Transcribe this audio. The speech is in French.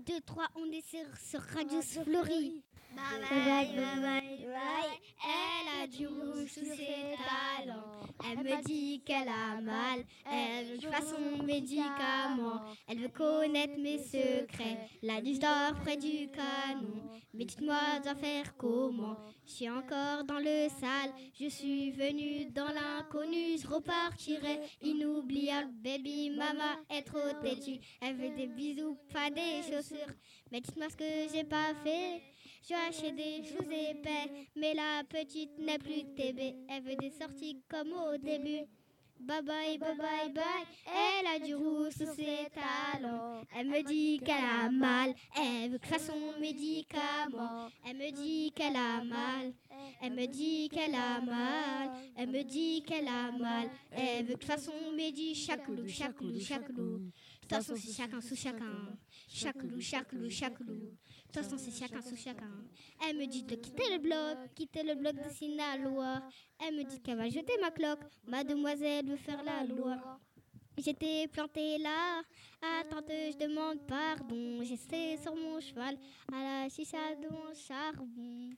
2, 3, on est sur Radio Fleury. Bye bye, bye bye, bye. Elle a du rouge sous ses talons. Elle me dit qu'elle a mal. Elle veut que je fasse son médicament. Elle veut connaître mes secrets. La nuit je dors près du canon. Mais dites-moi, je dois faire comment? Je suis encore dans le sale. Je suis venue dans l'inconnu. Je repartirai inoubliable. Baby mama est trop têtue. Elle veut des bisous, pas des chaussures. Mais dites-moi ce que j'ai pas fait. J'ai acheté des choses épais, mais la petite n'est plus TB. Elle veut des sorties comme au début. Bye bye, bye bye, bye. Elle a du rouge sous ses talons. Elle me dit qu'elle a mal. Elle veut que je fasse son médicament. Elle me dit qu'elle a mal. Elle me dit qu'elle a mal. Elle me dit qu'elle a mal. Elle veut que je fasse son médi. Chaque loup. De toute façon, c'est chacun sous chacun. Chaque loup. De toute façon, c'est chacun sous chacun. Elle me dit de quitter le bloc de Sinaloa. Elle me dit qu'elle va jeter ma cloque. Mademoiselle veut faire la loi. J'étais plantée là, attends, je demande pardon. J'étais sur mon cheval, à la chicha de mon charbon.